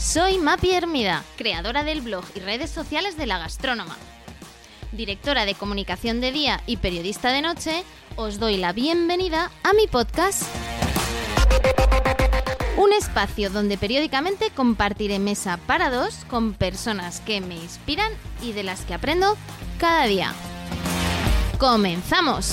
Soy Mapi Hermida, creadora del blog y redes sociales de La Gastrónoma. Directora de comunicación de día y periodista de noche, os doy la bienvenida a mi podcast. Un espacio donde periódicamente compartiré mesa para dos con personas que me inspiran y de las que aprendo cada día. ¡Comenzamos!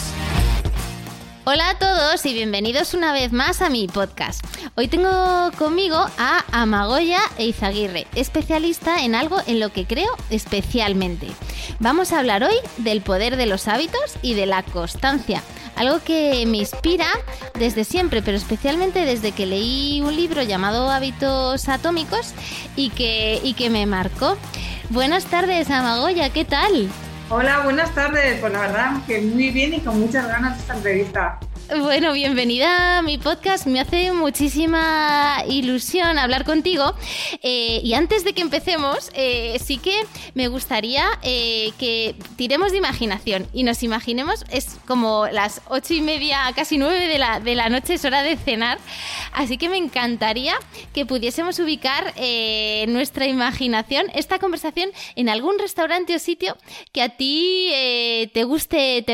Hola a todos y bienvenidos una vez más a mi podcast. Hoy tengo conmigo a Amagoya Eizaguirre, especialista en algo en lo que creo especialmente. Vamos a hablar hoy del poder de los hábitos y de la constancia, algo que me inspira desde siempre, pero especialmente desde que leí un libro llamado Hábitos Atómicos y que me marcó. Buenas tardes, Amagoya, ¿qué tal? Hola, buenas tardes. Pues la verdad que muy bien y con muchas ganas de esta entrevista. Bueno, bienvenida a mi podcast. Me hace muchísima ilusión hablar contigo. Y antes de que empecemos, sí que me gustaría que tiremos de imaginación y nos imaginemos, es como las 8:30, casi 9 de la noche, es hora de cenar. Así que me encantaría que pudiésemos ubicar nuestra imaginación, esta conversación, en algún restaurante o sitio que a ti te guste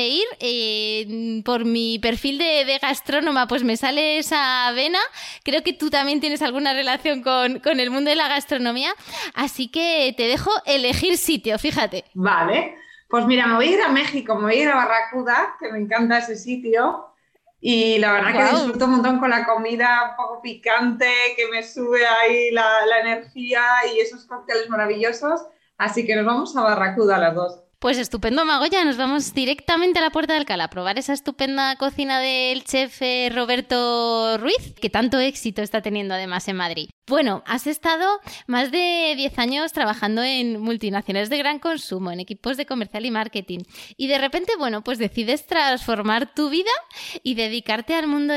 ir. Por mi perfil de gastrónoma pues me sale esa vena. Creo que tú también tienes alguna relación con el mundo de la gastronomía, así que te dejo elegir sitio, fíjate. Vale, pues mira, me voy a ir a México, me voy a ir a Barracuda, que me encanta ese sitio, y la verdad que disfruto un montón con la comida un poco picante, que me sube ahí la energía y esos cócteles maravillosos, así que nos vamos a Barracuda las dos. Pues estupendo, Magoya, nos vamos directamente a la Puerta de Alcalá a probar esa estupenda cocina del chef Roberto Ruiz, que tanto éxito está teniendo además en Madrid. Bueno, has estado más de 10 años trabajando en multinacionales de gran consumo, en equipos de comercial y marketing, y de repente, bueno, pues decides transformar tu vida y dedicarte al mundo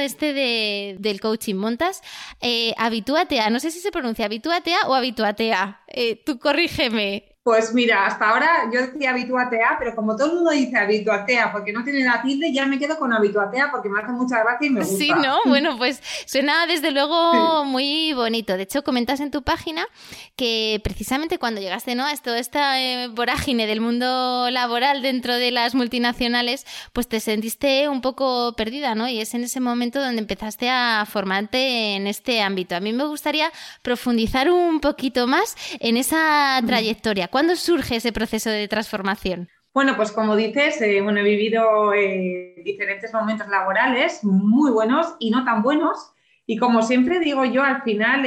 del coaching. Montas Habituatea, no sé si se pronuncia Habituatea o Habituatea, tú corrígeme. Pues mira, hasta ahora yo decía Habituatea, pero como todo el mundo dice Habituatea porque no tiene la tilde, ya me quedo con Habituatea porque me hace mucha gracia y me gusta. Sí, ¿no? Bueno, pues suena desde luego muy bonito. De hecho, comentas en tu página que precisamente cuando llegaste, ¿no?, a esta vorágine del mundo laboral dentro de las multinacionales, pues te sentiste un poco perdida, ¿no? Y es en ese momento donde empezaste a formarte en este ámbito. A mí me gustaría profundizar un poquito más en esa trayectoria. ¿Cuándo surge ese proceso de transformación? Bueno, pues como dices, he vivido diferentes momentos laborales muy buenos y no tan buenos. Y como siempre digo yo, al final,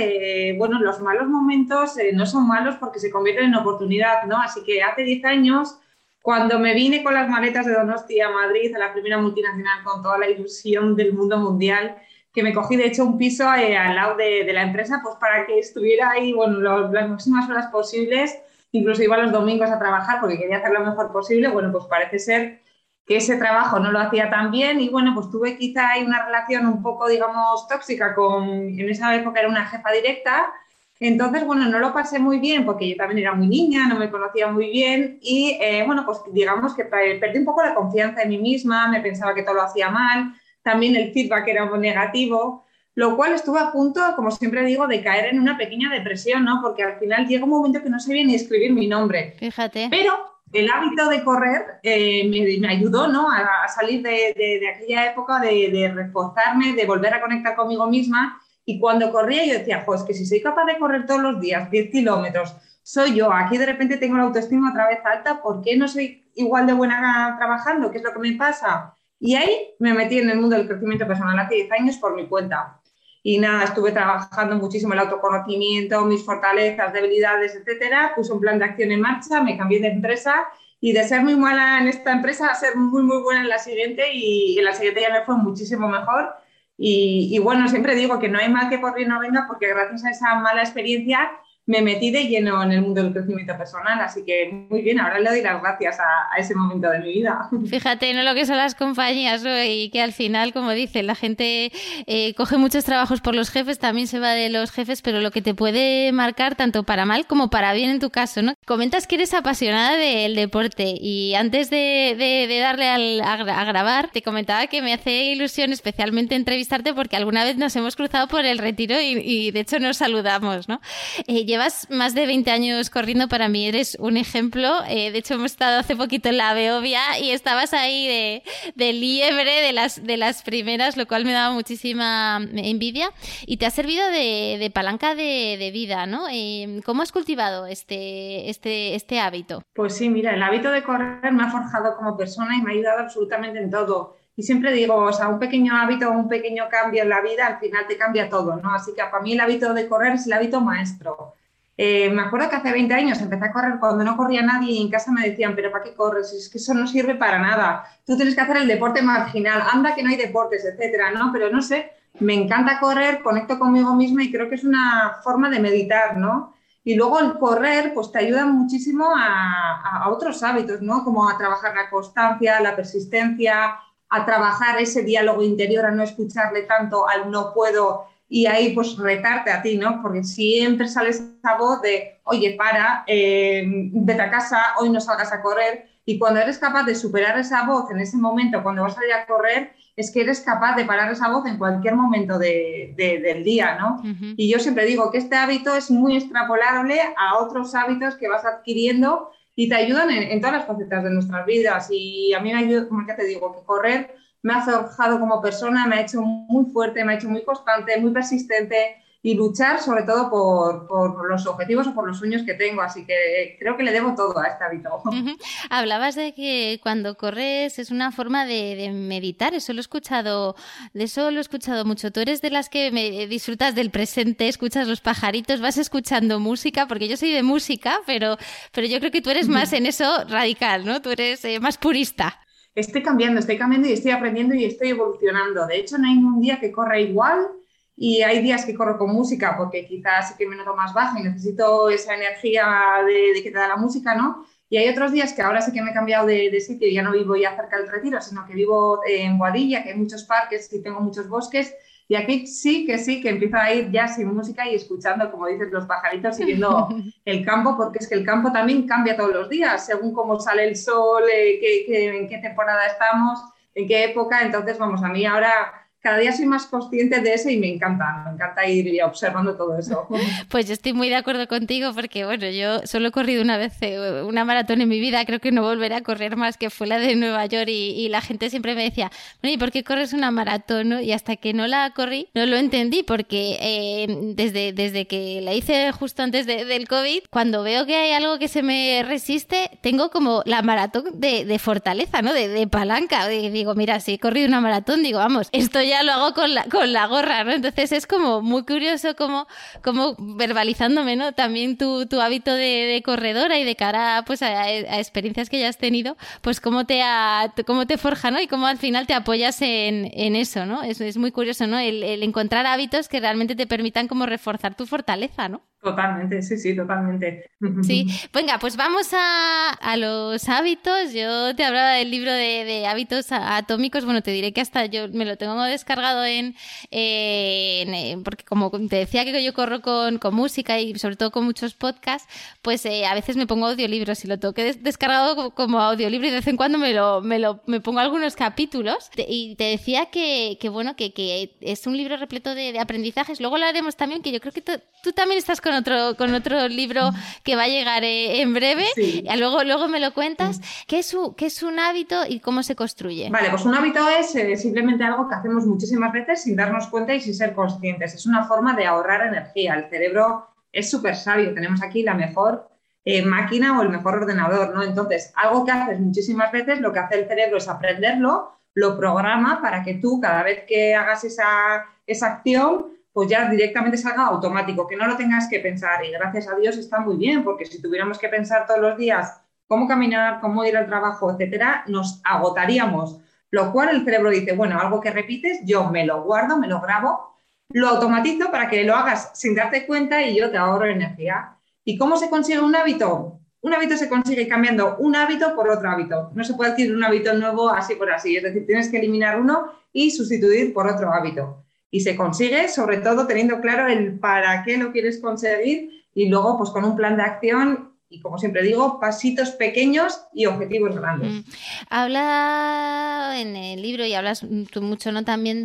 los malos momentos no son malos porque se convierten en oportunidad, ¿no? Así que hace 10 años, cuando me vine con las maletas de Donosti a Madrid, a la primera multinacional, con toda la ilusión del mundo mundial, que me cogí de hecho un piso al lado de la empresa, pues para que estuviera ahí, las máximas horas posibles. Incluso iba los domingos a trabajar porque quería hacer lo mejor posible. Bueno, pues parece ser que ese trabajo no lo hacía tan bien y bueno, pues tuve quizá ahí una relación un poco, digamos, tóxica en esa época era una jefa directa. Entonces, bueno, no lo pasé muy bien porque yo también era muy niña, no me conocía muy bien y, pues digamos que perdí un poco la confianza en mí misma, me pensaba que todo lo hacía mal, también el feedback era muy negativo. Lo cual estuve a punto, como siempre digo, de caer en una pequeña depresión, ¿no? Porque al final llega un momento que no sabía ni escribir mi nombre. Fíjate. Pero el hábito de correr me ayudó, ¿no?, a salir de aquella época, de reforzarme, de volver a conectar conmigo misma. Y cuando corría yo decía, pues que si soy capaz de correr todos los días 10 kilómetros, soy yo. Aquí de repente tengo la autoestima otra vez alta, ¿por qué no soy igual de buena trabajando? ¿Qué es lo que me pasa? Y ahí me metí en el mundo del crecimiento personal hace 10 años por mi cuenta. Y nada, estuve trabajando muchísimo el autoconocimiento, mis fortalezas, debilidades, etcétera. Puse un plan de acción en marcha, me cambié de empresa y de ser muy mala en esta empresa a ser muy, muy buena en la siguiente y en la siguiente ya me fue muchísimo mejor. Y bueno, siempre digo que no hay mal que por bien no venga porque gracias a esa mala experiencia me metí de lleno en el mundo del crecimiento personal, así que muy bien, ahora le doy las gracias a ese momento de mi vida. Fíjate, ¿no? Lo que son las compañías, ¿no? Y que al final, como dicen, la gente coge muchos trabajos por los jefes, también se va de los jefes, pero lo que te puede marcar tanto para mal como para bien en tu caso, ¿no? Comentas que eres apasionada del deporte y antes de darle a grabar, te comentaba que me hace ilusión especialmente entrevistarte porque alguna vez nos hemos cruzado por el Retiro y de hecho nos saludamos, ¿no? Llevas más de 20 años corriendo, para mí eres un ejemplo. De hecho, hemos estado hace poquito en la Beovia y estabas ahí de liebre de las primeras, lo cual me daba muchísima envidia. Y te ha servido de palanca de vida, ¿no? ¿Cómo has cultivado este hábito? Pues sí, mira, el hábito de correr me ha forjado como persona y me ha ayudado absolutamente en todo. Y siempre digo, o sea, un pequeño hábito o un pequeño cambio en la vida al final te cambia todo, ¿no? Así que para mí el hábito de correr es el hábito maestro. Me acuerdo que hace 20 años empecé a correr cuando no corría nadie y en casa me decían, pero ¿para qué corres? Es que eso no sirve para nada. Tú tienes que hacer el deporte marginal. Anda que no hay deportes, etcétera, ¿no? Pero no sé, me encanta correr, conecto conmigo misma y creo que es una forma de meditar, ¿no? Y luego el correr pues te ayuda muchísimo a otros hábitos, ¿no? Como a trabajar la constancia, la persistencia, a trabajar ese diálogo interior, a no escucharle tanto al no puedo y ahí pues retarte a ti, ¿no? Porque siempre sale esa voz de, oye, vete a casa, hoy no salgas a correr. Y cuando eres capaz de superar esa voz en ese momento, cuando vas a ir a correr, es que eres capaz de parar esa voz en cualquier momento del día, ¿no? Uh-huh. Y yo siempre digo que este hábito es muy extrapolable a otros hábitos que vas adquiriendo y te ayudan en todas las facetas de nuestras vidas. Y a mí me ayuda, como ya te digo, que correr me ha forjado como persona, me ha hecho muy fuerte, me ha hecho muy constante, muy persistente y luchar sobre todo por los objetivos o por los sueños que tengo. Así que creo que le debo todo a este hábito. Uh-huh. Hablabas de que cuando corres es una forma de meditar, eso lo he escuchado mucho. Tú eres de las que disfrutas del presente, escuchas los pajaritos, vas escuchando música, porque yo soy de música, pero yo creo que tú eres más en eso radical, ¿no? Tú eres más purista. Estoy cambiando y estoy aprendiendo y estoy evolucionando. De hecho, no hay un día que corra igual y hay días que corro con música porque quizás sí que me noto más baja y necesito esa energía de que te da la música, ¿no? Y hay otros días que ahora sí que me he cambiado de sitio y ya no vivo ya cerca del Retiro, sino que vivo en Boadilla, que hay muchos parques y tengo muchos bosques. Y aquí sí, que empiezo a ir ya sin música y escuchando, como dices, los pajaritos y viendo el campo, porque es que el campo también cambia todos los días, según cómo sale el sol, en qué temporada estamos, en qué época. Entonces, vamos, a mí ahora cada día soy más consciente de eso y me encanta ir observando todo eso. Pues yo estoy muy de acuerdo contigo porque, bueno, yo solo he corrido una vez una maratón en mi vida, creo que no volveré a correr más, que fue la de Nueva York y la gente siempre me decía, bueno, ¿y por qué corres una maratón? ¿No? Y hasta que no la corrí, no lo entendí porque desde que la hice justo antes del COVID, cuando veo que hay algo que se me resiste, tengo como la maratón de fortaleza, ¿no? De palanca. Y digo, mira, si he corrido una maratón, digo, vamos, esto ya lo hago con la gorra, ¿no? Entonces es como muy curioso como verbalizándome, ¿no? También tu hábito de corredora y de cara pues a experiencias que ya has tenido, pues cómo te forja, ¿no? Y cómo al final te apoyas en eso, ¿no? Es muy curioso, ¿no? El encontrar hábitos que realmente te permitan como reforzar tu fortaleza, ¿no? Totalmente, sí, totalmente. Sí, venga, pues vamos a los hábitos. Yo te hablaba del libro de hábitos atómicos. Bueno, te diré que hasta yo me lo tengo descargado porque como te decía que yo corro con música y sobre todo con muchos podcasts, pues a veces me pongo audiolibros y lo tengo que descargado como audiolibro y de vez en cuando me pongo algunos capítulos. Y te decía que bueno, que es un libro repleto de aprendizajes. Luego lo haremos también, que yo creo que tú también estás con otro libro que va a llegar en breve. Sí. Luego me lo cuentas. ¿Qué es un hábito y cómo se construye? Vale, pues un hábito es simplemente algo que hacemos muchísimas veces sin darnos cuenta y sin ser conscientes. Es una forma de ahorrar energía. El cerebro es súper sabio. Tenemos aquí la mejor máquina o el mejor ordenador, ¿no? Entonces, algo que haces muchísimas veces, lo que hace el cerebro es aprenderlo, lo programa para que tú, cada vez que hagas esa acción, pues ya directamente salga automático, que no lo tengas que pensar. Y gracias a Dios está muy bien, porque si tuviéramos que pensar todos los días cómo caminar, cómo ir al trabajo, etcétera, nos agotaríamos. Lo cual el cerebro dice, bueno, algo que repites, yo me lo guardo, me lo grabo, lo automatizo para que lo hagas sin darte cuenta y yo te ahorro energía. ¿Y cómo se consigue un hábito? Un hábito se consigue cambiando un hábito por otro hábito. No se puede adquirir un hábito nuevo así por así. Es decir, tienes que eliminar uno y sustituir por otro hábito. Y se consigue sobre todo teniendo claro el para qué lo quieres conseguir y luego pues con un plan de acción y como siempre digo, pasitos pequeños y objetivos grandes. Habla en el libro y hablas tú mucho, ¿no? También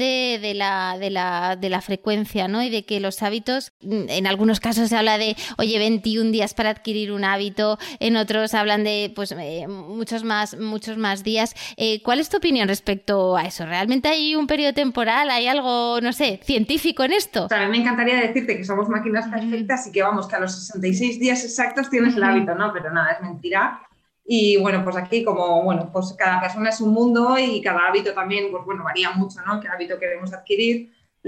de la frecuencia, ¿no? Y de que los hábitos, en algunos casos se habla de, oye, 21 días para adquirir un hábito, en otros hablan de pues muchos más días. ¿Cuál es tu opinión respecto a eso? ¿Realmente hay un periodo temporal? ¿Hay algo, no sé, científico en esto? O sea, a mí me encantaría decirte que somos máquinas perfectas y que vamos, que a los 66 días exactos tienes el hábito, ¿no? Pero nada, es mentira. Y bueno, pues aquí como, bueno, pues cada persona es un mundo y cada hábito también, pues bueno, varía mucho, ¿no? ¿Qué hábito queremos adquirir?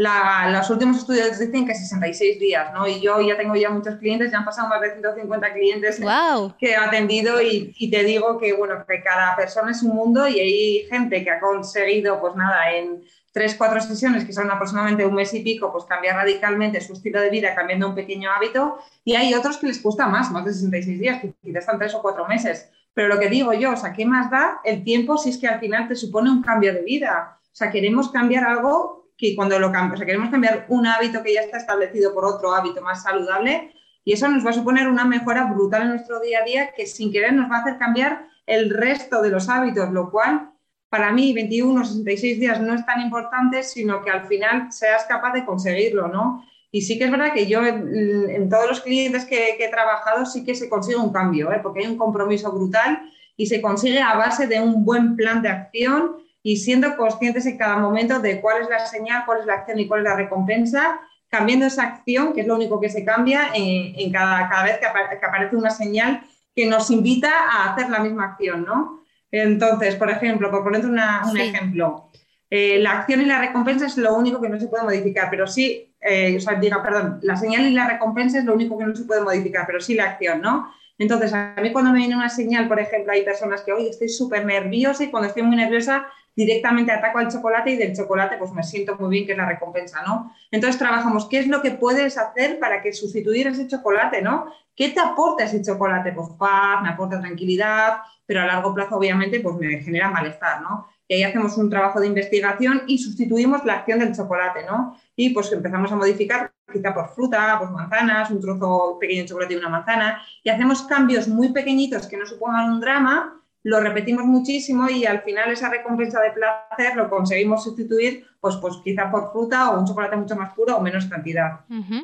Los últimos estudios dicen que 66 días, ¿no? Y yo ya tengo ya muchos clientes, ya han pasado más de 150 clientes ¡Wow! que he atendido y te digo que, bueno, que cada persona es un mundo y hay gente que ha conseguido, pues nada, en 3, 4 sesiones, que son aproximadamente un mes y pico, pues cambiar radicalmente su estilo de vida cambiando un pequeño hábito y hay otros que les cuesta más de 66 días, que quizás están 3 o 4 meses. Pero lo que digo yo, o sea, ¿qué más da el tiempo si es que al final te supone un cambio de vida? O sea, queremos cambiar algo que cuando lo cambiamos, o sea, queremos cambiar un hábito que ya está establecido por otro hábito más saludable y eso nos va a suponer una mejora brutal en nuestro día a día que sin querer nos va a hacer cambiar el resto de los hábitos, lo cual para mí 21 o 66 días no es tan importante, sino que al final seas capaz de conseguirlo, ¿no? Y sí que es verdad que yo en todos los clientes que he trabajado sí que se consigue un cambio, ¿eh? Porque hay un compromiso brutal y se consigue a base de un buen plan de acción y siendo conscientes en cada momento de cuál es la señal, cuál es la acción y cuál es la recompensa, cambiando esa acción, que es lo único que se cambia en cada vez que aparece una señal que nos invita a hacer la misma acción, ¿no? Entonces, por ejemplo, por ponerte un Sí. ejemplo, la acción y la recompensa es lo único que no se puede modificar, pero sí, perdón, la señal y la recompensa es lo único que no se puede modificar, pero sí la acción, ¿no? Entonces, a mí cuando me viene una señal, por ejemplo, hay personas que, oye, estoy súper nerviosa y cuando estoy muy nerviosa directamente ataco al chocolate y del chocolate pues me siento muy bien, que es la recompensa, ¿no? Entonces trabajamos, ¿qué es lo que puedes hacer para que sustituir ese chocolate, ¿no? ¿Qué te aporta ese chocolate? Pues paz, me aporta tranquilidad, pero a largo plazo obviamente pues me genera malestar, ¿no? Y ahí hacemos un trabajo de investigación y sustituimos la acción del chocolate, ¿no? Y pues empezamos a modificar quizá por fruta, pues manzanas, un trozo pequeño de chocolate y una manzana, y hacemos cambios muy pequeñitos que no supongan un drama, lo repetimos muchísimo y al final esa recompensa de placer lo conseguimos sustituir pues quizá por fruta o un chocolate mucho más puro o menos cantidad.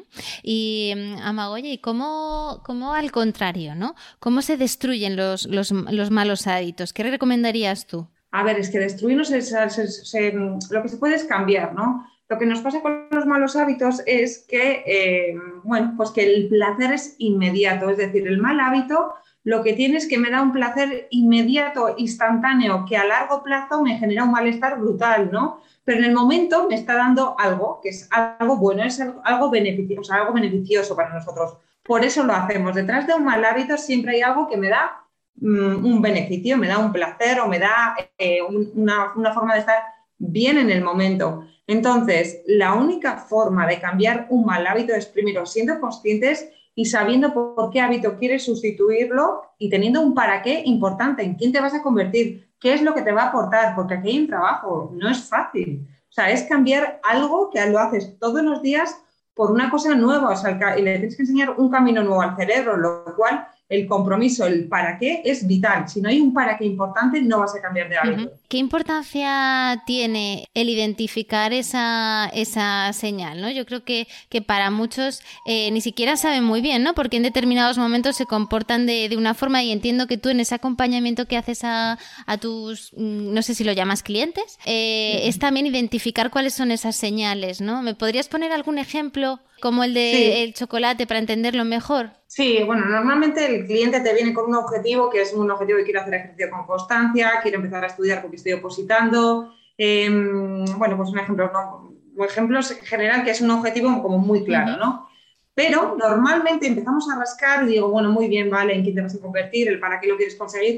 Y Amagoya, ¿y cómo al contrario, ¿no? ¿Cómo se destruyen los malos hábitos? ¿Qué recomendarías tú? A ver, es que destruirnos lo que se puede es cambiar, ¿no? Lo que nos pasa con los malos hábitos es que, bueno, pues que el placer es inmediato, es decir, el mal hábito lo que tiene es que me da un placer inmediato, instantáneo, que a largo plazo me genera un malestar brutal, ¿no? Pero en el momento me está dando algo, que es algo bueno, es algo beneficioso, o sea, algo beneficioso para nosotros. Por eso lo hacemos. Detrás de un mal hábito siempre hay algo que me da un beneficio, me da un placer o me da una forma de estar bien en el momento. Entonces, la única forma de cambiar un mal hábito es primero siendo conscientes y sabiendo por qué hábito quieres sustituirlo y teniendo un para qué importante, en quién te vas a convertir, qué es lo que te va a aportar, porque aquí hay un trabajo, no es fácil. O sea, es cambiar algo que lo haces todos los días por una cosa nueva, o sea, y le tienes que enseñar un camino nuevo al cerebro, lo cual el compromiso, el para qué es vital. Si no hay un para qué importante, no vas a cambiar de hábito. ¿Qué importancia tiene el identificar esa señal, ¿no? Yo creo que para muchos ni siquiera saben muy bien, ¿no? Porque en determinados momentos se comportan de una forma y entiendo que tú en ese acompañamiento que haces a tus, no sé si lo llamas clientes, es también identificar cuáles son esas señales, ¿no? ¿Me podrías poner algún ejemplo como el de el chocolate para entenderlo mejor? Sí, bueno, normalmente el cliente te viene con un objetivo que es un objetivo que quiere hacer ejercicio con constancia, quiere empezar a estudiar porque estoy opositando. Bueno, pues un ejemplo, ¿no? Un ejemplo general que es un objetivo como muy claro, ¿no? Pero normalmente empezamos a rascar y digo, bueno, muy bien, vale, ¿en quién te vas a convertir? ¿El para qué lo quieres conseguir?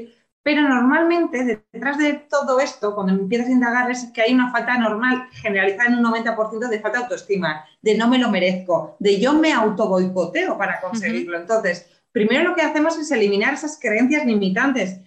Pero normalmente detrás de todo esto, cuando empiezas a indagar, es que hay una falta normal, generalizada en un 90% de falta de autoestima, de no me lo merezco, de yo me autoboicoteo para Ujú. conseguirlo. Entonces, primero lo que hacemos es eliminar esas creencias limitantes,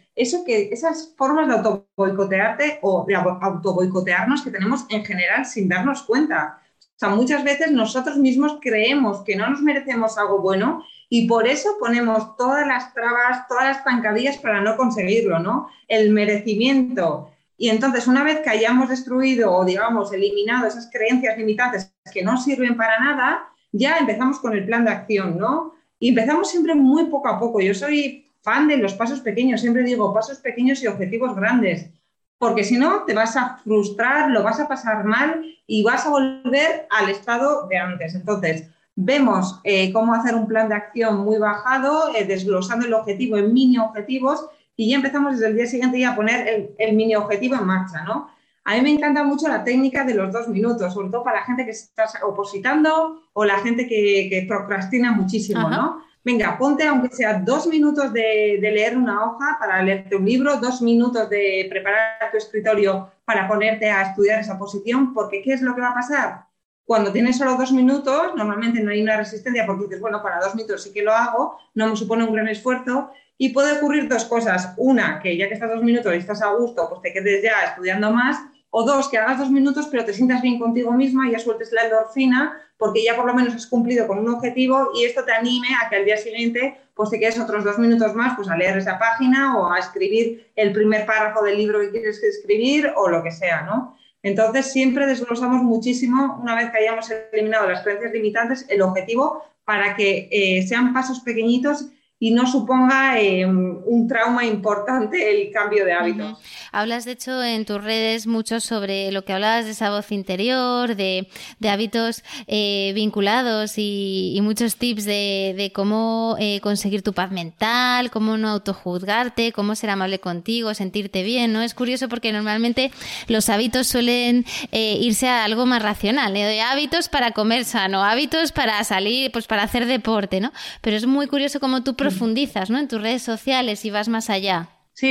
esas formas de autoboicotearte o de autoboicotearnos que tenemos en general sin darnos cuenta. O sea, muchas veces nosotros mismos creemos que no nos merecemos algo bueno y por eso ponemos todas las trabas, todas las zancadillas para no conseguirlo, ¿no? El merecimiento. Y entonces, una vez que hayamos destruido o, digamos, eliminado esas creencias limitantes que no sirven para nada, ya empezamos con el plan de acción, ¿no? Y empezamos siempre muy poco a poco. Yo soy fan de los pasos pequeños, siempre digo pasos pequeños y objetivos grandes, porque si no te vas a frustrar, lo vas a pasar mal y vas a volver al estado de antes. Entonces, vemos cómo hacer un plan de acción muy bajado, desglosando el objetivo en mini objetivos y ya empezamos desde el día siguiente ya a poner el mini objetivo en marcha, ¿no? A mí me encanta mucho la técnica de los 2 minutos, sobre todo para la gente que está opositando o la gente que procrastina muchísimo, Ajá. ¿no? Venga, ponte aunque sea 2 minutos de leer una hoja para leerte un libro, 2 minutos de preparar tu escritorio para ponerte a estudiar esa posición, porque ¿qué es lo que va a pasar? Cuando tienes solo 2 minutos, normalmente no hay una resistencia porque dices, bueno, para 2 minutos sí que lo hago, no me supone un gran esfuerzo y puede ocurrir dos cosas. Una, que ya que estás 2 minutos y estás a gusto, pues te quedes ya estudiando más. O dos, que hagas 2 minutos pero te sientas bien contigo misma y ya sueltes la endorfina porque ya por lo menos has cumplido con un objetivo y esto te anime a que al día siguiente pues te quedes otros 2 minutos más pues a leer esa página o a escribir el primer párrafo del libro que quieres escribir o lo que sea, ¿no? Entonces, siempre desglosamos muchísimo, una vez que hayamos eliminado las creencias limitantes, el objetivo para que sean pasos pequeñitos y no suponga un trauma importante el cambio de Ujú. hábitos. Hablas, de hecho, en tus redes mucho sobre lo que hablabas de esa voz interior, de hábitos vinculados y muchos tips de cómo conseguir tu paz mental, cómo no autojuzgarte, cómo ser amable contigo, sentirte bien, ¿no? Es curioso porque normalmente los hábitos suelen irse a algo más racional, ¿eh? De hábitos para comer sano, hábitos para salir, pues para hacer deporte, ¿no? Pero es muy curioso cómo tú profundizas, ¿no? En tus redes sociales y vas más allá. Sí,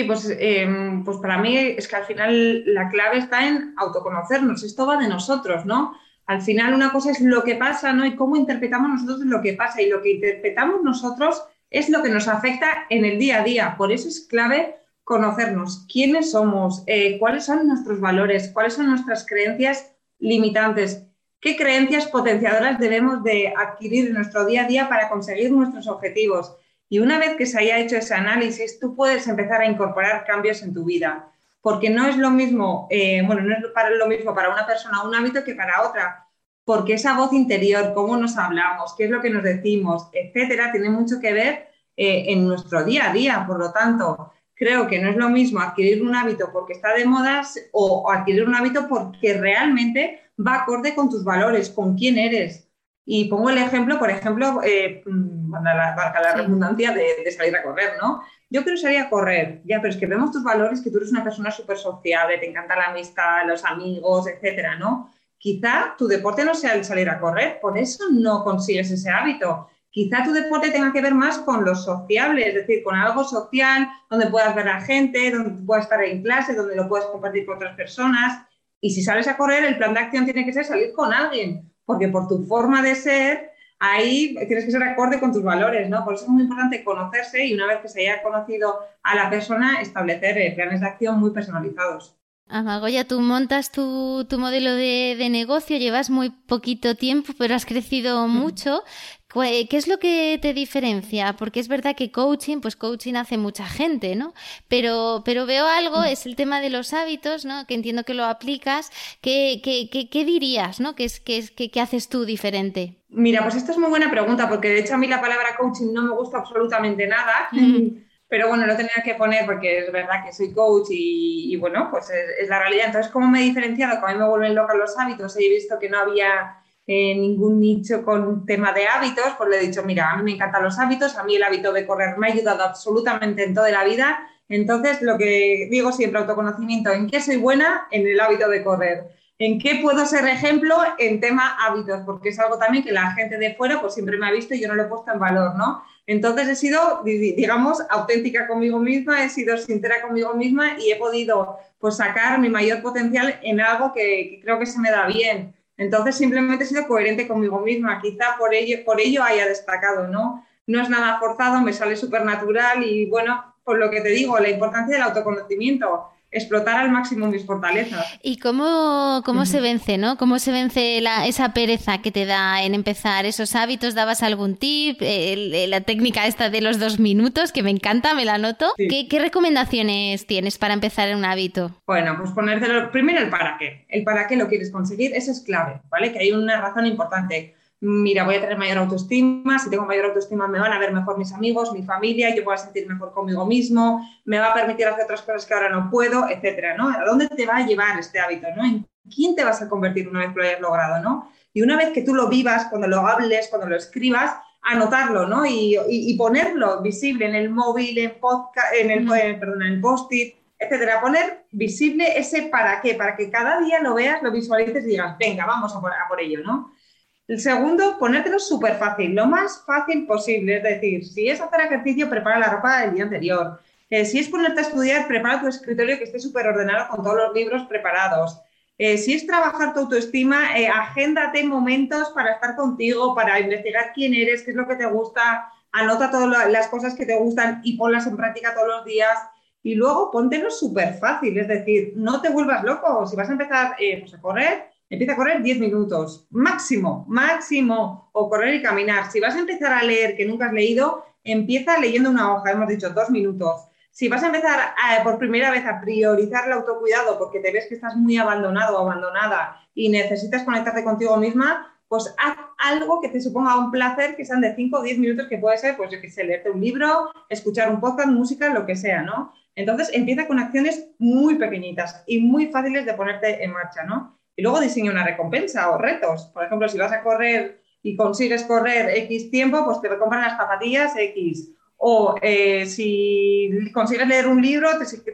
pues para mí es que al final la clave está en autoconocernos. Esto va de nosotros, ¿no? Al final una cosa es lo que pasa, ¿no? Y cómo interpretamos nosotros lo que pasa. Y lo que interpretamos nosotros es lo que nos afecta en el día a día. Por eso es clave conocernos quiénes somos, cuáles son nuestros valores, cuáles son nuestras creencias limitantes, qué creencias potenciadoras debemos de adquirir en nuestro día a día para conseguir nuestros objetivos. Y una vez que se haya hecho ese análisis, tú puedes empezar a incorporar cambios en tu vida, porque no es lo mismo, bueno, no es lo mismo para una persona un hábito que para otra, porque esa voz interior, cómo nos hablamos, qué es lo que nos decimos, etcétera, tiene mucho que ver en nuestro día a día. Por lo tanto, creo que no es lo mismo adquirir un hábito porque está de moda o adquirir un hábito porque realmente va acorde con tus valores, con quién eres. Y pongo el ejemplo, por ejemplo, valga la Sí. redundancia de salir a correr, ¿no? Yo quiero salir a correr, ya, pero es que vemos tus valores, que tú eres una persona súper sociable, te encanta la amistad, los amigos, etcétera, ¿no? Quizá tu deporte no sea el salir a correr, por eso no consigues ese hábito. Quizá tu deporte tenga que ver más con lo sociable, es decir, con algo social, donde puedas ver a gente, donde puedas estar en clase, donde lo puedas compartir con otras personas. Y si sales a correr, el plan de acción tiene que ser salir con alguien, porque por tu forma de ser, ahí tienes que ser acorde con tus valores, ¿no? Por eso es muy importante conocerse y una vez que se haya conocido a la persona, establecer planes de acción muy personalizados. Amagoya, tú montas tu modelo de negocio, llevas muy poquito tiempo, pero has crecido mucho. ¿Qué es lo que te diferencia? Porque es verdad que coaching, pues coaching hace mucha gente, ¿no? Pero veo algo, es el tema de los hábitos, ¿no? Que entiendo que lo aplicas. ¿Qué dirías, ¿no? ¿Qué haces tú diferente? Mira, pues esta es muy buena pregunta, porque de hecho a mí la palabra coaching no me gusta absolutamente nada, pero bueno, lo tenía que poner porque es verdad que soy coach y bueno, pues es la realidad. Entonces, ¿cómo me he diferenciado? Que a mí me vuelven locas los hábitos, he visto que no había ningún nicho con tema de hábitos, pues le he dicho, mira, a mí me encantan los hábitos, a mí el hábito de correr me ha ayudado absolutamente en toda la vida. Entonces, lo que digo siempre, autoconocimiento, ¿en qué soy buena? En el hábito de correr. ¿En qué puedo ser ejemplo en tema hábitos? Porque es algo también que la gente de fuera pues siempre me ha visto y yo no lo he puesto en valor, ¿no? Entonces he sido, digamos, auténtica conmigo misma, he sido sincera conmigo misma y he podido pues sacar mi mayor potencial en algo que creo que se me da bien. Entonces simplemente he sido coherente conmigo misma, quizá por ello haya destacado, ¿no? No es nada forzado, me sale súper natural y bueno, por lo que te digo, la importancia del autoconocimiento, explotar al máximo mis fortalezas. ¿Y cómo se vence, ¿no? ¿Cómo se vence esa pereza que te da en empezar esos hábitos? ¿Dabas algún tip? La técnica esta de los 2 minutos, que me encanta, me la anoto. Sí. ¿Qué recomendaciones tienes para empezar en un hábito? Bueno, pues ponértelo primero el para qué. El para qué lo quieres conseguir, eso es clave, ¿vale? Que hay una razón importante. Mira, voy a tener mayor autoestima, si tengo mayor autoestima me van a ver mejor mis amigos, mi familia, yo voy a sentir mejor conmigo mismo, me va a permitir hacer otras cosas que ahora no puedo, etcétera, ¿no? ¿A dónde te va a llevar este hábito, ¿no? ¿En quién te vas a convertir una vez que lo hayas logrado, ¿no? Y una vez que tú lo vivas, cuando lo hables, cuando lo escribas, anotarlo, ¿no? Y ponerlo visible en el móvil, en podcast, en el post-it, etcétera. Poner visible ese para qué, para que cada día lo veas, lo visualices y digas, venga, vamos a por ello, ¿no? El segundo, ponértelo súper fácil, lo más fácil posible. Es decir, si es hacer ejercicio, prepara la ropa del día anterior. Si es ponerte a estudiar, prepara tu escritorio que esté súper ordenado con todos los libros preparados. Si es trabajar tu autoestima, agéndate momentos para estar contigo, para investigar quién eres, qué es lo que te gusta, anota todas las cosas que te gustan y ponlas en práctica todos los días. Y luego póntelo súper fácil, es decir, no te vuelvas loco. Si vas a empezar pues a correr, empieza a correr 10 minutos, máximo, o correr y caminar. Si vas a empezar a leer que nunca has leído, empieza leyendo una hoja, hemos dicho 2 minutos. Si vas a empezar por primera vez a priorizar el autocuidado porque te ves que estás muy abandonado o abandonada y necesitas conectarte contigo misma, pues haz algo que te suponga un placer, que sean de 5 o 10 minutos, que puede ser, pues yo qué sé, leerte un libro, escuchar un podcast, música, lo que sea, ¿no? Entonces empieza con acciones muy pequeñitas y muy fáciles de ponerte en marcha, ¿no? Y luego diseña una recompensa o retos. Por ejemplo, si vas a correr y consigues correr X tiempo, pues te compran las zapatillas X. O si consigues leer un libro,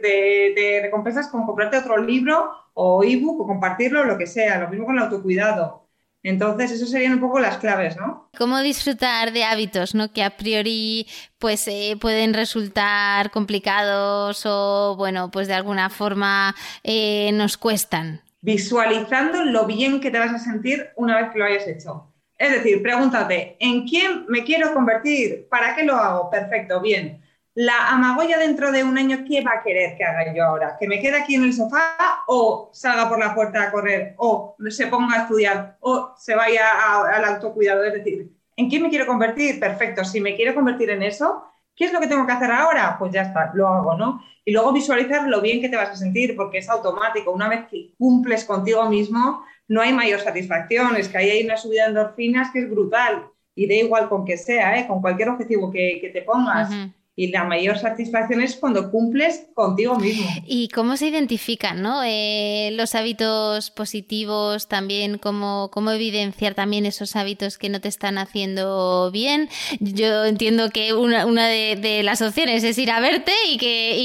te recompensas con comprarte otro libro o ebook o compartirlo, lo que sea. Lo mismo con el autocuidado. Entonces, eso serían un poco las claves, ¿no? ¿Cómo disfrutar de hábitos, ¿no? Que a priori pues pueden resultar complicados o, bueno, pues de alguna forma nos cuestan? Visualizando lo bien que te vas a sentir una vez que lo hayas hecho. Es decir, pregúntate, ¿en quién me quiero convertir? ¿Para qué lo hago? Perfecto, bien. La Amagoya dentro de un año, ¿qué va a querer que haga yo ahora? ¿Que me quede aquí en el sofá o salga por la puerta a correr o se ponga a estudiar o se vaya al autocuidado? Es decir, ¿en quién me quiero convertir? Perfecto, si me quiero convertir en eso, ¿qué es lo que tengo que hacer ahora? Pues ya está, lo hago, ¿no? Y luego visualizar lo bien que te vas a sentir, porque es automático. Una vez que cumples contigo mismo, no hay mayor satisfacción. Es que ahí hay una subida de endorfinas que es brutal. Y da igual con que sea, con cualquier objetivo que te pongas. Uh-huh. Y la mayor satisfacción es cuando cumples contigo mismo. ¿Y cómo se identifican, ¿no? Los hábitos positivos también, cómo evidenciar también esos hábitos que no te están haciendo bien. Yo entiendo que una de las opciones es ir a verte y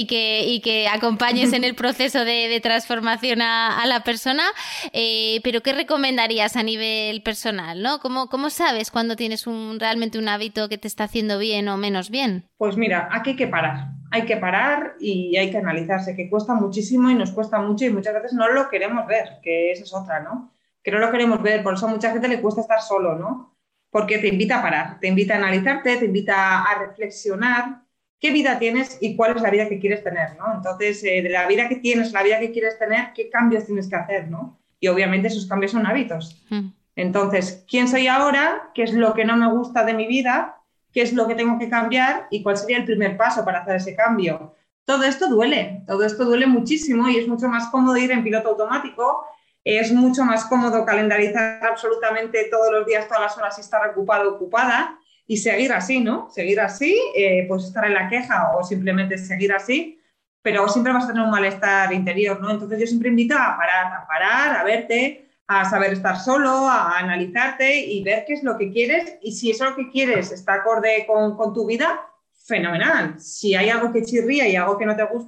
que acompañes en el proceso de transformación a la persona, pero ¿qué recomendarías a nivel personal, ¿no? ¿Cómo sabes cuando tienes realmente un hábito que te está haciendo bien o menos bien? Pues mira, aquí hay que parar y hay que analizarse, que cuesta muchísimo y nos cuesta mucho y muchas veces no lo queremos ver, que esa es otra, ¿no? Que no lo queremos ver, por eso a mucha gente le cuesta estar solo, ¿no? Porque te invita a parar, te invita a analizarte, te invita a reflexionar qué vida tienes y cuál es la vida que quieres tener, ¿no? Entonces, de la vida que tienes, la vida que quieres tener, ¿qué cambios tienes que hacer, ¿no? Y obviamente esos cambios son hábitos. Entonces, ¿quién soy ahora? ¿Qué es lo que no me gusta de mi vida? ¿Qué es lo que tengo que cambiar y cuál sería el primer paso para hacer ese cambio? Todo esto duele muchísimo y es mucho más cómodo ir en piloto automático, es mucho más cómodo calendarizar absolutamente todos los días, todas las horas y estar ocupado, ocupada y seguir así, ¿no? Seguir así, pues estar en la queja o simplemente seguir así, pero siempre vas a tener un malestar interior, ¿no? Entonces yo siempre invito a parar, a verte, a saber estar solo, a analizarte y ver qué es lo que quieres y si eso lo que quieres está acorde con tu vida, fenomenal. Si hay algo que chirría y algo que no te gusta,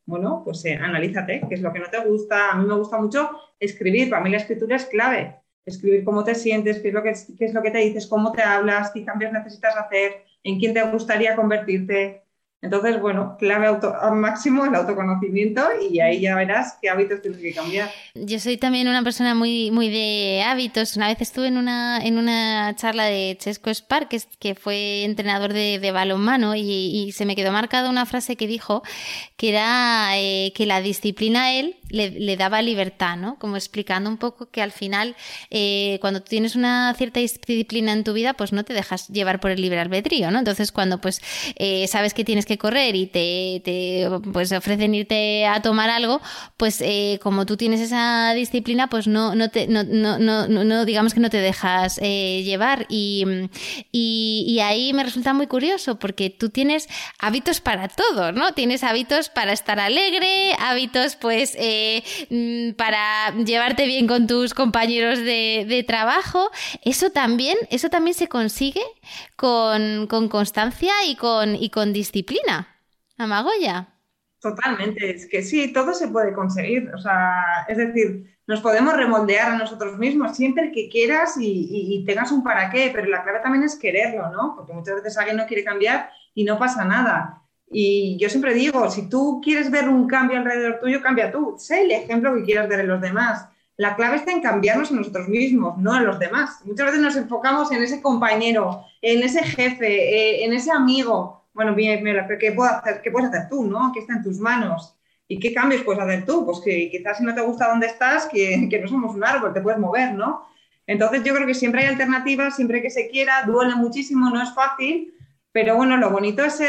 Bueno, pues analízate, qué es lo que no te gusta. A mí me gusta mucho escribir, para mí la escritura es clave. Escribir cómo te sientes, qué es lo que te dices, cómo te hablas, qué cambios necesitas hacer, en quién te gustaría convertirte. Entonces, bueno, clave al máximo el autoconocimiento y ahí ya verás qué hábitos tienes que cambiar. Yo soy también una persona muy, muy de hábitos. Una vez estuve en una charla de Chesco Spark, que fue entrenador de balonmano, y se me quedó marcada una frase que dijo que era que la disciplina a él le daba libertad, ¿no? Como explicando un poco que al final cuando tú tienes una cierta disciplina en tu vida, pues no te dejas llevar por el libre albedrío, ¿no? Entonces cuando pues sabes que tienes que correr y te pues ofrecen irte a tomar algo, pues como tú tienes esa disciplina, pues no digamos que no te dejas llevar y ahí me resulta muy curioso porque tú tienes hábitos para todo, ¿no? Tienes hábitos para estar alegre, hábitos pues para llevarte bien con tus compañeros de trabajo. Eso también se consigue con constancia y con disciplina. Amagoya. Totalmente, es que sí, todo se puede conseguir. O sea, es decir, nos podemos remoldear a nosotros mismos siempre que quieras y tengas un para qué, pero la clave también es quererlo, ¿no? Porque muchas veces alguien no quiere cambiar y no pasa nada. Y yo siempre digo, si tú quieres ver un cambio alrededor tuyo, cambia tú. Sé el ejemplo que quieras ver en los demás. La clave está en cambiarnos a nosotros mismos, no en los demás. Muchas veces nos enfocamos en ese compañero, en ese jefe, en ese amigo. Bueno, mira, ¿qué puedes hacer tú, no? ¿Qué está en tus manos? ¿Y qué cambios puedes hacer tú? Pues que quizás si no te gusta dónde estás, que no somos un árbol, te puedes mover, ¿no? Entonces yo creo que siempre hay alternativas, siempre que se quiera, duele muchísimo, no es fácil, pero bueno, lo bonito es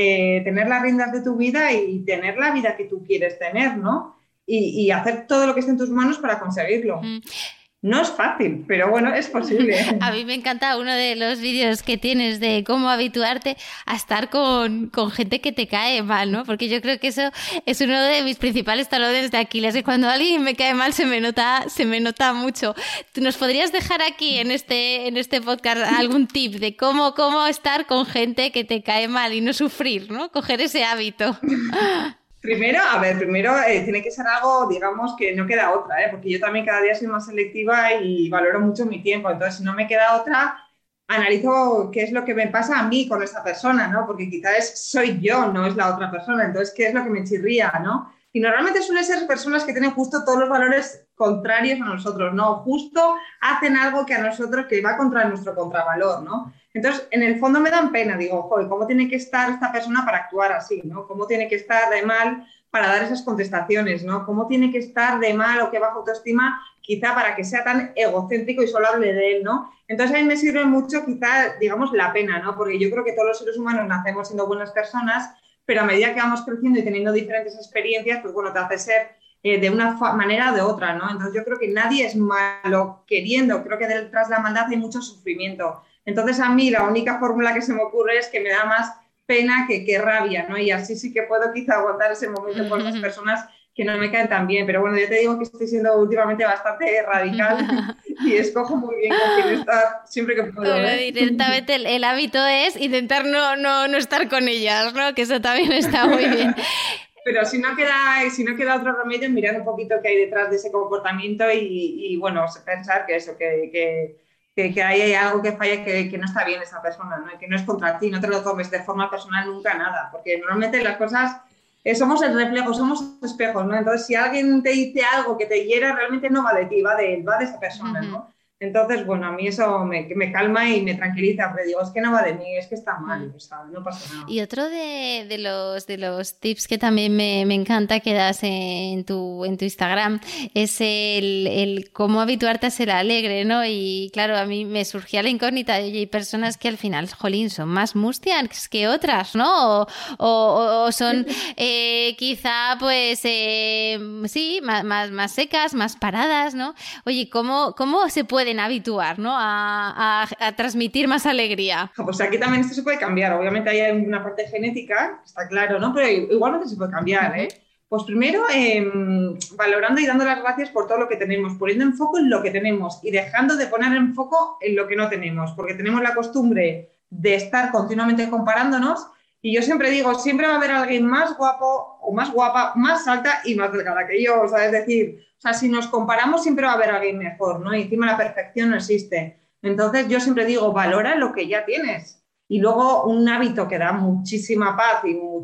tener las riendas de tu vida y tener la vida que tú quieres tener, ¿no? Y hacer todo lo que esté en tus manos para conseguirlo. No es fácil, pero bueno, es posible. A mí me encanta uno de los vídeos que tienes de cómo habituarte a estar con gente que te cae mal, ¿no? Porque yo creo que eso es uno de mis principales talones de Aquiles, que cuando alguien me cae mal se me nota mucho. ¿Nos podrías dejar aquí en este podcast algún tip de cómo estar con gente que te cae mal y no sufrir, ¿no? Coger ese hábito. Primero tiene que ser algo, digamos, que no queda otra, porque yo también cada día soy más selectiva y valoro mucho mi tiempo. Entonces, si no me queda otra, analizo qué es lo que me pasa a mí con esa persona, ¿no? Porque quizás soy yo, no es la otra persona. Entonces, ¿qué es lo que me chirría, no? Y normalmente suelen ser personas que tienen justo todos los valores contrarios a nosotros, ¿no? Justo hacen algo que a nosotros que va contra nuestro contravalor, ¿no? Entonces, en el fondo me dan pena, digo, joder, ¿cómo tiene que estar esta persona para actuar así, ¿no? ¿Cómo tiene que estar de mal para dar esas contestaciones, ¿no? ¿Cómo tiene que estar de mal o qué baja autoestima quizá para que sea tan egocéntrico y solo hable de él, ¿no? Entonces, a mí me sirve mucho quizá, digamos, la pena, ¿no? Porque yo creo que todos los seres humanos nacemos siendo buenas personas, pero a medida que vamos creciendo y teniendo diferentes experiencias, pues bueno, te hace ser de una manera o de otra, ¿no? Entonces, yo creo que nadie es malo queriendo, creo que detrás de la maldad hay mucho sufrimiento. Entonces, a mí la única fórmula que se me ocurre es que me da más pena que rabia, ¿no? Y así sí que puedo quizá aguantar ese momento con las personas que no me caen tan bien. Pero bueno, yo te digo que estoy siendo últimamente bastante radical y escojo muy bien con quién estar siempre que puedo. Bueno, directamente el hábito es intentar no estar con ellas, ¿no? Que eso también está muy bien. Pero si no queda otro remedio, mirar un poquito qué hay detrás de ese comportamiento y bueno, pensar que eso, que hay algo que falla, que no está bien esa persona, ¿no? Que no es contra ti, no te lo tomes de forma personal nunca nada, porque normalmente las cosas somos el reflejo, somos espejos, ¿no? Entonces, si alguien te dice algo que te hiera, realmente no va de ti, va de esa persona, ¿no? Entonces, bueno, a mí eso me calma y me tranquiliza, pero digo, es que no va de mí, es que está mal, o sea, no pasa nada. Y otro de los tips que también me encanta que das en tu Instagram es el cómo habituarte a ser alegre, ¿no? Y claro, a mí me surgía la incógnita de, oye, hay personas que al final, jolín, son más mustias que otras, ¿no? O son quizá, pues, sí, más secas, más paradas, ¿no? Oye, ¿cómo se pueden habituar, ¿no? a transmitir más alegría? Pues aquí también esto se puede cambiar. Obviamente hay una parte genética, está claro, ¿no? Pero igualmente se puede cambiar, ¿eh? Pues primero, valorando y dando las gracias por todo lo que tenemos, poniendo en foco en lo que tenemos y dejando de poner en foco en lo que no tenemos, porque tenemos la costumbre de estar continuamente comparándonos Y yo siempre digo, siempre va a haber alguien más guapo o más guapa, más alta y más delgada que yo. O sea, es decir, o sea, si nos comparamos siempre va a haber alguien mejor, ¿no? Y encima la perfección no existe. Entonces yo siempre digo, valora lo que ya tienes. Y luego un hábito que da muchísima paz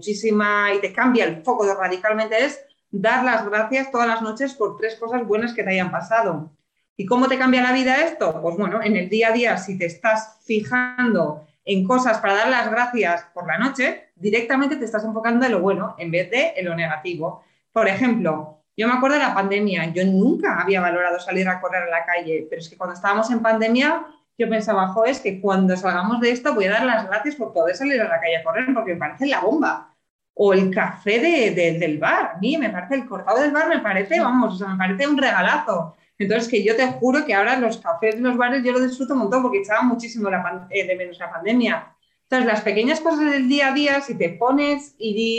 y te cambia el foco radicalmente es dar las gracias todas las noches por 3 cosas buenas que te hayan pasado. ¿Y cómo te cambia la vida esto? Pues bueno, en el día a día, si te estás fijando en cosas para dar las gracias por la noche, directamente te estás enfocando en lo bueno en vez de en lo negativo. Por ejemplo, yo me acuerdo de la pandemia, yo nunca había valorado salir a correr a la calle, pero es que cuando estábamos en pandemia, yo pensaba, jo, es que cuando salgamos de esto voy a dar las gracias por poder salir a la calle a correr, porque me parece la bomba. O el café del bar, a mí me parece, el cortado del bar me parece, vamos, o sea, me parece un regalazo. Entonces, que yo te juro que ahora los cafés en los bares yo lo disfruto un montón porque echaba muchísimo de menos la pandemia. Entonces, las pequeñas cosas del día a día, si te pones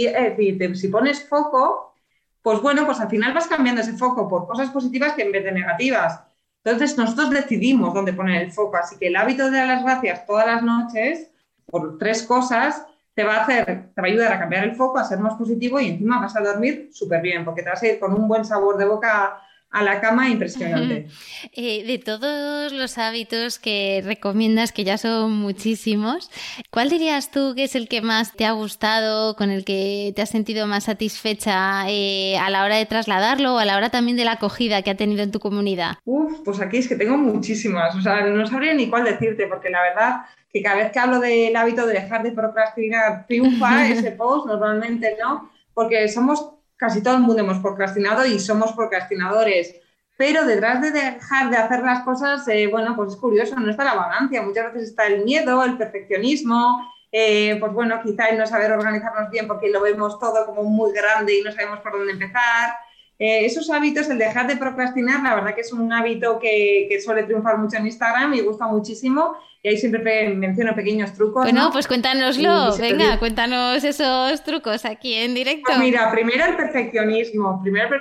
si pones foco, pues bueno, pues al final vas cambiando ese foco por cosas positivas que en vez de negativas. Entonces, nosotros decidimos dónde poner el foco. Así que el hábito de dar las gracias todas las noches por 3 cosas te va a ayudar a cambiar el foco, a ser más positivo y encima vas a dormir súper bien porque te vas a ir con un buen sabor de boca a la cama impresionante. De todos los hábitos que recomiendas, que ya son muchísimos, ¿cuál dirías tú que es el que más te ha gustado, con el que te has sentido más satisfecha a la hora de trasladarlo o a la hora también de la acogida que ha tenido en tu comunidad? Pues aquí es que tengo muchísimas, o sea, no sabría ni cuál decirte porque la verdad que cada vez que hablo del hábito de dejar de procrastinar triunfa ese post, normalmente no, porque casi todo el mundo hemos procrastinado y somos procrastinadores, pero detrás de dejar de hacer las cosas, bueno, pues es curioso, no está la vagancia, muchas veces está el miedo, el perfeccionismo, pues bueno, quizá el no saber organizarnos bien porque lo vemos todo como muy grande y no sabemos por dónde empezar. Esos hábitos, el dejar de procrastinar, la verdad que es un hábito que suele triunfar mucho en Instagram y gusta muchísimo. Y ahí siempre menciono pequeños trucos, Bueno, ¿no? pues cuéntanoslo, venga, cuéntanos esos trucos aquí en directo. Pues mira, primero el perfeccionismo,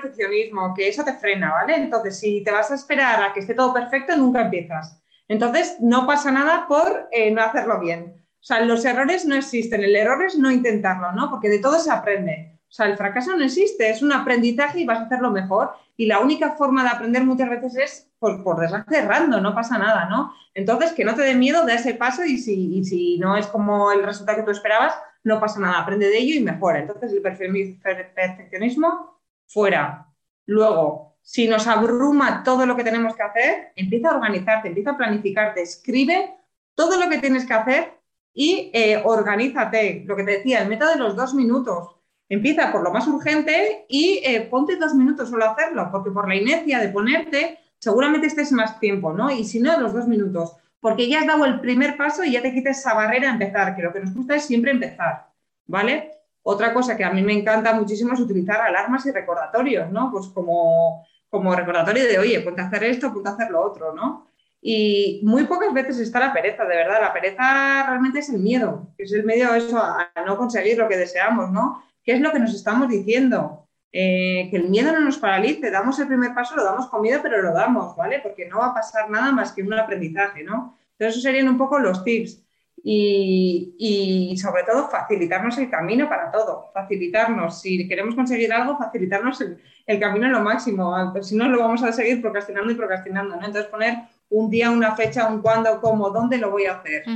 que eso te frena, ¿vale? Entonces, si te vas a esperar a que esté todo perfecto, nunca empiezas. Entonces, no pasa nada por no hacerlo bien. O sea, los errores no existen, el error es no intentarlo, ¿no? Porque de todo se aprende. O sea, el fracaso no existe, es un aprendizaje y vas a hacerlo mejor. Y la única forma de aprender muchas veces es por desgracia errando, no pasa nada, ¿no? Entonces, que no te dé miedo, da ese paso y si no es como el resultado que tú esperabas, no pasa nada, aprende de ello y mejora. Entonces, el perfeccionismo, fuera. Luego, si nos abruma todo lo que tenemos que hacer, empieza a organizarte, empieza a planificarte, escribe todo lo que tienes que hacer y organízate. Lo que te decía, el método de los 2 minutos. Empieza por lo más urgente y ponte 2 minutos solo a hacerlo, porque por la inercia de ponerte, seguramente estés más tiempo, ¿no? Y si no, los 2 minutos, porque ya has dado el primer paso y ya te quites esa barrera a empezar, que lo que nos gusta es siempre empezar, ¿vale? Otra cosa que a mí me encanta muchísimo es utilizar alarmas y recordatorios, ¿no? Pues como recordatorio de, oye, ponte a hacer esto, ponte a hacer lo otro, ¿no? Y muy pocas veces está la pereza, de verdad. La pereza realmente es el miedo, es el miedo a eso, a no conseguir lo que deseamos, ¿no? ¿Qué es lo que nos estamos diciendo? Que el miedo no nos paralice, damos el primer paso, lo damos con miedo, pero lo damos, ¿vale? Porque no va a pasar nada más que un aprendizaje, ¿no? Entonces, esos serían un poco los tips. Y sobre todo, facilitarnos el camino para todo. Facilitarnos, si queremos conseguir algo, facilitarnos el camino a lo máximo. Si no, lo vamos a seguir procrastinando y procrastinando, ¿no? Entonces, poner un día, una fecha, un cuándo, cómo, dónde lo voy a hacer.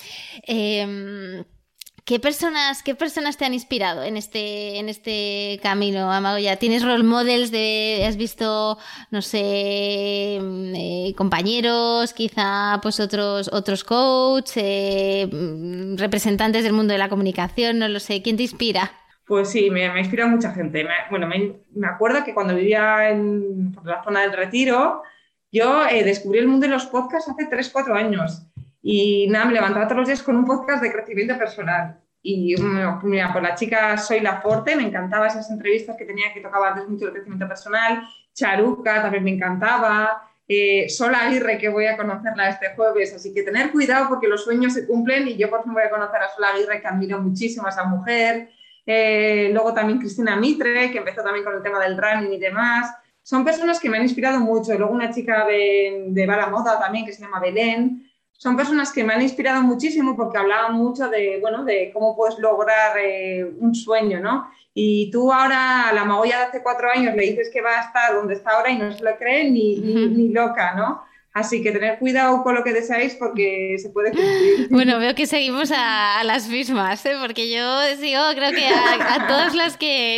¿Qué personas te han inspirado en este camino, Amagoya? ¿Tienes role models has visto, no sé, compañeros, quizá pues otros coaches, representantes del mundo de la comunicación, no lo sé? ¿Quién te inspira? Pues sí, me inspira mucha gente. Me acuerdo que cuando vivía por la zona del Retiro, yo descubrí el mundo de los podcasts hace 3-4 años. Y nada, me levantaba todos los días con un podcast de crecimiento personal. Y mira, pues la chica Soy Laporte, me encantaban esas entrevistas que tenía que tocaba antes mucho el crecimiento personal. Charuca también me encantaba. Sol Aguirre, que voy a conocerla este jueves. Así que tener cuidado porque los sueños se cumplen y yo por fin voy a conocer a Sol Aguirre, que admiro muchísimo a esa mujer. Luego también Cristina Mitre, que empezó también con el tema del running y demás. Son personas que me han inspirado mucho. Luego una chica de Bala Moda también, que se llama Belén. O son personas que me han inspirado muchísimo porque hablaban mucho de, bueno, de cómo puedes lograr un sueño, ¿no? Y tú ahora a la Magoya de hace 4 años le dices que va a estar donde está ahora y no se lo cree ni loca, ¿no? Así que tener cuidado con lo que deseáis porque se puede cumplir. Bueno, veo que seguimos a las mismas, ¿eh? Porque yo sigo, creo que a todas las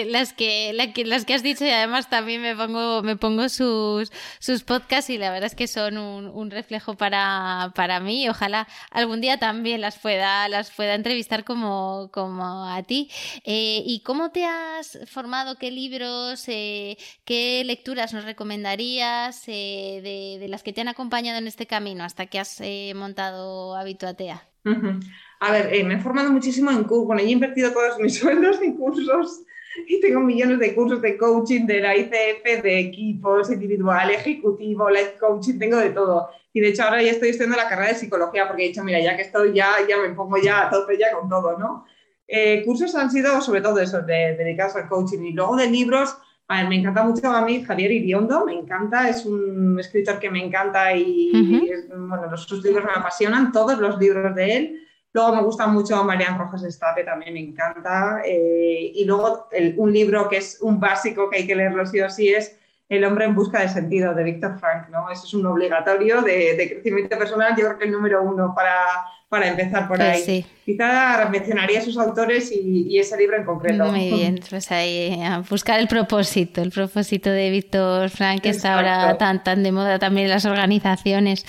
que has dicho, y además también me pongo sus podcasts, y la verdad es que son un reflejo para mí. Ojalá algún día también las pueda entrevistar como a ti. ¿Y cómo te has formado? ¿Qué libros, qué lecturas nos recomendarías de las que te han acompañado en este camino hasta que has montado Habituatea? A ver, me he formado muchísimo en cursos. Bueno, yo he invertido todos mis sueldos en cursos y tengo millones de cursos de coaching de la ICF, de equipos, individual, ejecutivo, life coaching, tengo de todo. Y de hecho ahora ya estoy estudiando la carrera de psicología porque he dicho, mira, ya que estoy, ya me pongo ya a tope ya con todo, ¿no? Cursos han sido sobre todo eso, dedicados al coaching. Y luego de libros, a ver, me encanta mucho a mí Javier Iriondo, me encanta, es un escritor que me encanta y bueno, sus libros me apasionan, todos los libros de él. Luego me gusta mucho Marian Rojas Estape, también me encanta. Y luego un libro que es un básico que hay que leerlo sí o sí es El hombre en busca de sentido, de Viktor Frankl, ¿no? Eso es un obligatorio de crecimiento personal, yo creo que el número 1 para empezar por ahí. Sí. Quizá mencionaría a sus autores y ese libro en concreto. Muy bien, pues ahí a buscar el propósito de Viktor Frankl, que está ahora tan de moda también en las organizaciones.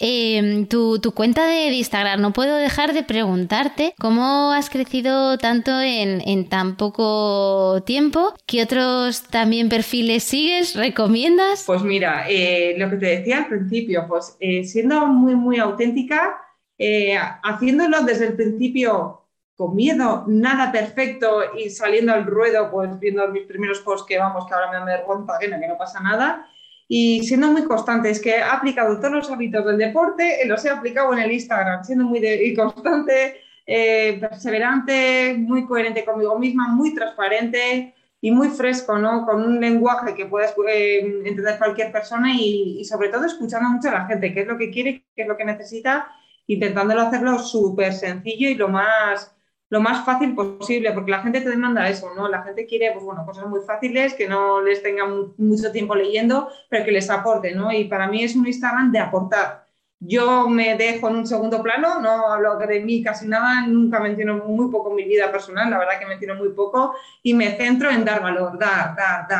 Tu cuenta de Instagram, no puedo dejar de preguntarte cómo has crecido tanto en tan poco tiempo. ¿Qué otros también perfiles sigues? ¿Recomiendas? Pues mira, lo que te decía al principio, pues siendo muy, muy auténtica, haciéndolo desde el principio con miedo, nada perfecto y saliendo al ruedo, pues viendo mis primeros posts que vamos, que ahora me da vergüenza ajena, que no pasa nada, y siendo muy constante. Es que he aplicado todos los hábitos del deporte, los he aplicado en el Instagram, siendo muy constante, perseverante, muy coherente conmigo misma, muy transparente y muy fresco, ¿no? Con un lenguaje que puedas entender cualquier persona y sobre todo escuchando mucho a la gente, qué es lo que quiere, qué es lo que necesita, intentándolo hacerlo súper sencillo y lo más fácil posible, porque la gente te demanda eso, ¿no? La gente quiere, pues bueno, cosas muy fáciles, que no les tengan mucho tiempo leyendo, pero que les aporte, ¿no? Y para mí es un Instagram de aportar. Yo me dejo en un segundo plano, no hablo de mí casi nada, nunca menciono muy poco mi vida personal, la verdad que menciono muy poco, y me centro en dar valor, dar.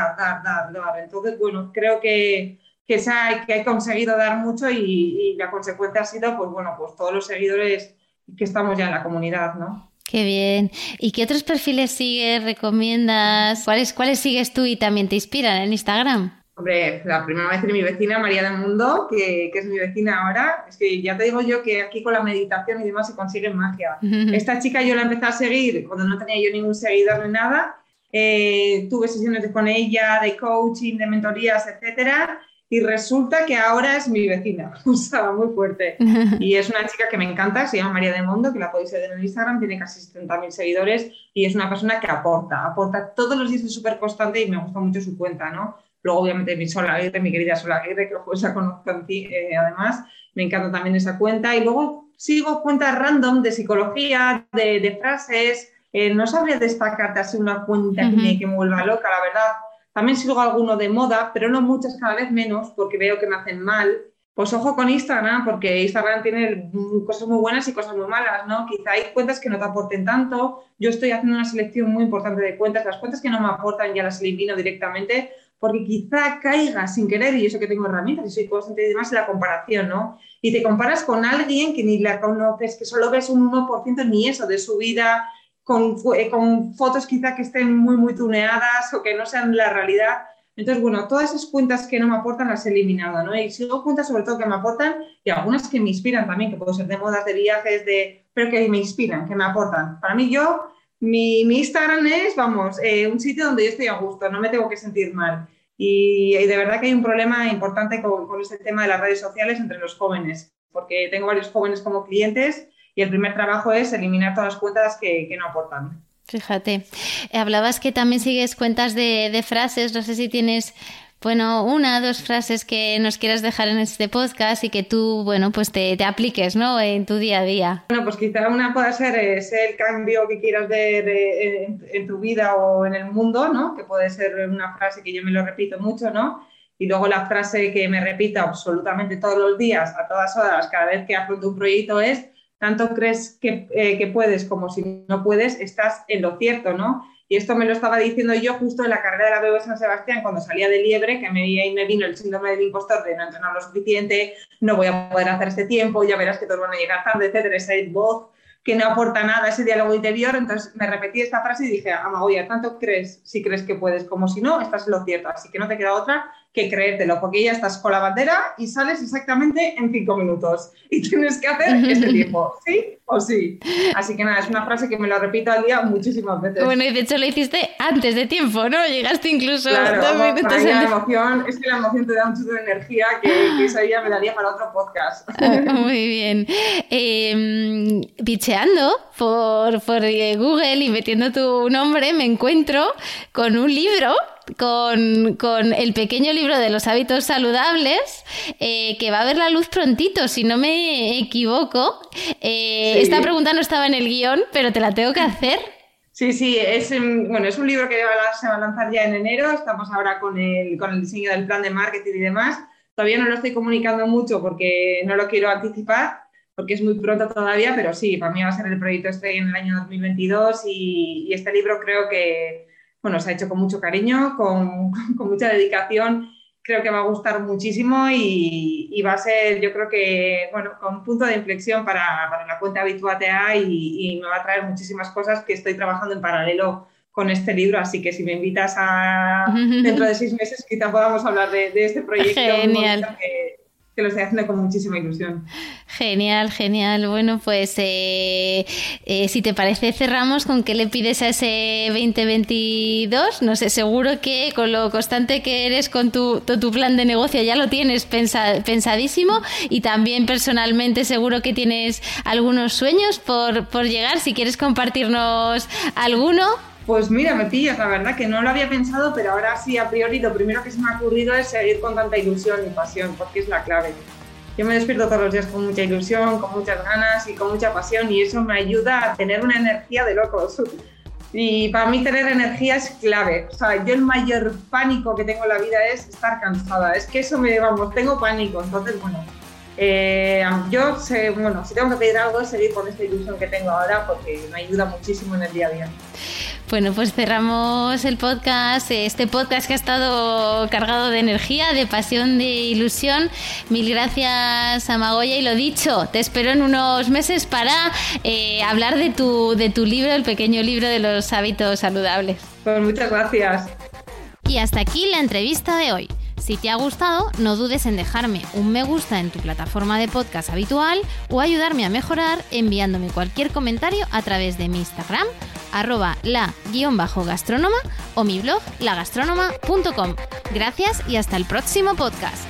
Entonces, bueno, creo que he conseguido dar mucho y la consecuencia ha sido, pues bueno, pues todos los seguidores que estamos ya en la comunidad, ¿no? Qué bien. ¿Y qué otros perfiles sigues, recomiendas? ¿Cuáles sigues tú y también te inspiran en Instagram? Hombre, la primera vez mi vecina, María del Mundo, que es mi vecina ahora, es que ya te digo yo que aquí con la meditación y demás se consigue magia. Esta chica yo la empecé a seguir cuando no tenía yo ningún seguidor ni nada. Tuve sesiones con ella de coaching, de mentorías, etcétera. Y resulta que ahora es mi vecina, o sea, muy fuerte. Y es una chica que me encanta, se llama María del Mundo, que la podéis ver en el Instagram, tiene casi 70.000 seguidores y es una persona que aporta todos los días, es súper constante y me gusta mucho su cuenta, ¿no? Luego, obviamente, mi querida Sol Aguirre, que luego la conozco en ti, además, me encanta también esa cuenta. Y luego sigo cuentas random de psicología, de frases. No sabría destacarte así una cuenta que me vuelva loca, la verdad. También sigo alguno de moda, pero no muchas, cada vez menos, porque veo que me hacen mal. Pues ojo con Instagram, porque Instagram tiene cosas muy buenas y cosas muy malas, ¿no? Quizá hay cuentas que no te aporten tanto. Yo estoy haciendo una selección muy importante de cuentas. Las cuentas que no me aportan ya las elimino directamente, porque quizá caiga sin querer, y eso que tengo herramientas y soy consciente y demás, la comparación, ¿no? Y te comparas con alguien que ni la conoces, que solo ves un 1% ni eso de su vida, con fotos quizá que estén muy, muy tuneadas o que no sean la realidad. Entonces, bueno, todas esas cuentas que no me aportan las he eliminado, ¿no? Y sigo cuentas sobre todo que me aportan y algunas que me inspiran también, que pueden ser de modas, de viajes, pero que me inspiran, que me aportan. Para mí, mi Instagram es, vamos, un sitio donde yo estoy a gusto, no me tengo que sentir mal. Y de verdad que hay un problema importante con este tema de las redes sociales entre los jóvenes, porque tengo varios jóvenes como clientes y el primer trabajo es eliminar todas las cuentas que no aportan. Fíjate, hablabas que también sigues cuentas de frases, no sé si tienes Bueno, 1 o 2 frases que nos quieras dejar en este podcast y que tú, bueno, pues te apliques, ¿no? En tu día a día. Bueno, pues quizá una pueda ser el cambio que quieras ver en tu vida o en el mundo, ¿no? Que puede ser una frase que yo me lo repito mucho, ¿no? Y luego la frase que me repito absolutamente todos los días, a todas horas, cada vez que afronto un proyecto es: tanto crees que puedes como si no puedes, estás en lo cierto, ¿no? Y esto me lo estaba diciendo yo justo en la carrera de la BB San Sebastián, cuando salía de Liebre, que me vino el síndrome del impostor de no entrenar lo suficiente, no voy a poder hacer este tiempo, ya verás que todos van a llegar tarde, etcétera, esa voz que no aporta nada, ese diálogo interior. Entonces me repetí esta frase y dije: Amagoya, tanto crees si crees que puedes como si no, estás en lo cierto, así que no te queda otra que creértelo, porque ya estás con la bandera y sales exactamente en 5 minutos y tienes que hacer este tiempo, ¿sí o sí? Así que nada, es una frase que me la repito al día muchísimas veces. Bueno, y de hecho lo hiciste antes de tiempo, ¿no? Llegaste incluso claro, 2 minutos antes. La emoción, es que la emoción te da un chute de energía que esa día me daría para otro podcast. Muy bien. Bicheando por Google y metiendo tu nombre, me encuentro con un libro, con el pequeño libro de los hábitos saludables, que va a ver la luz prontito, si no me equivoco. Sí. Esta pregunta no estaba en el guión, pero te la tengo que hacer. Sí, es un libro que se va a lanzar ya en enero. Estamos ahora con el diseño del plan de marketing y demás. Todavía no lo estoy comunicando mucho porque no lo quiero anticipar, porque es muy pronto todavía, pero sí, para mí va a ser el proyecto en el año 2022 y este libro creo que se ha hecho con mucho cariño, con mucha dedicación. Creo que va a gustar muchísimo y va a ser, yo creo que, con un punto de inflexión para la cuenta Habituatea y me va a traer muchísimas cosas que estoy trabajando en paralelo con este libro. Así que si me invitas dentro de 6 meses, quizá podamos hablar de este proyecto. Genial. Que lo estoy haciendo con muchísima ilusión. Genial. Bueno, pues si te parece, cerramos con qué le pides a ese 2022. No sé, seguro que con lo constante que eres con tu plan de negocio ya lo tienes pensadísimo, y también personalmente seguro que tienes algunos sueños por llegar. Si quieres compartirnos alguno. Pues mira, me pillas, la verdad que no lo había pensado, pero ahora sí, a priori, lo primero que se me ha ocurrido es seguir con tanta ilusión y pasión, porque es la clave. Yo me despierto todos los días con mucha ilusión, con muchas ganas y con mucha pasión, y eso me ayuda a tener una energía de locos. Y para mí tener energía es clave. O sea, yo el mayor pánico que tengo en la vida es estar cansada. Es que eso tengo pánico. Entonces, yo sé, si tengo que pedir algo es seguir con esta ilusión que tengo ahora, porque me ayuda muchísimo en el día a día. Bueno, pues cerramos el podcast, este podcast que ha estado cargado de energía, de pasión, de ilusión. Mil gracias, Amagoya, y lo dicho, te espero en unos meses para hablar de tu libro, el pequeño libro de los hábitos saludables. Pues muchas gracias. Y hasta aquí la entrevista de hoy. Si te ha gustado, no dudes en dejarme un me gusta en tu plataforma de podcast habitual o ayudarme a mejorar enviándome cualquier comentario a través de mi Instagram, @la_gastrónoma, o mi blog lagastronoma.com. Gracias y hasta el próximo podcast.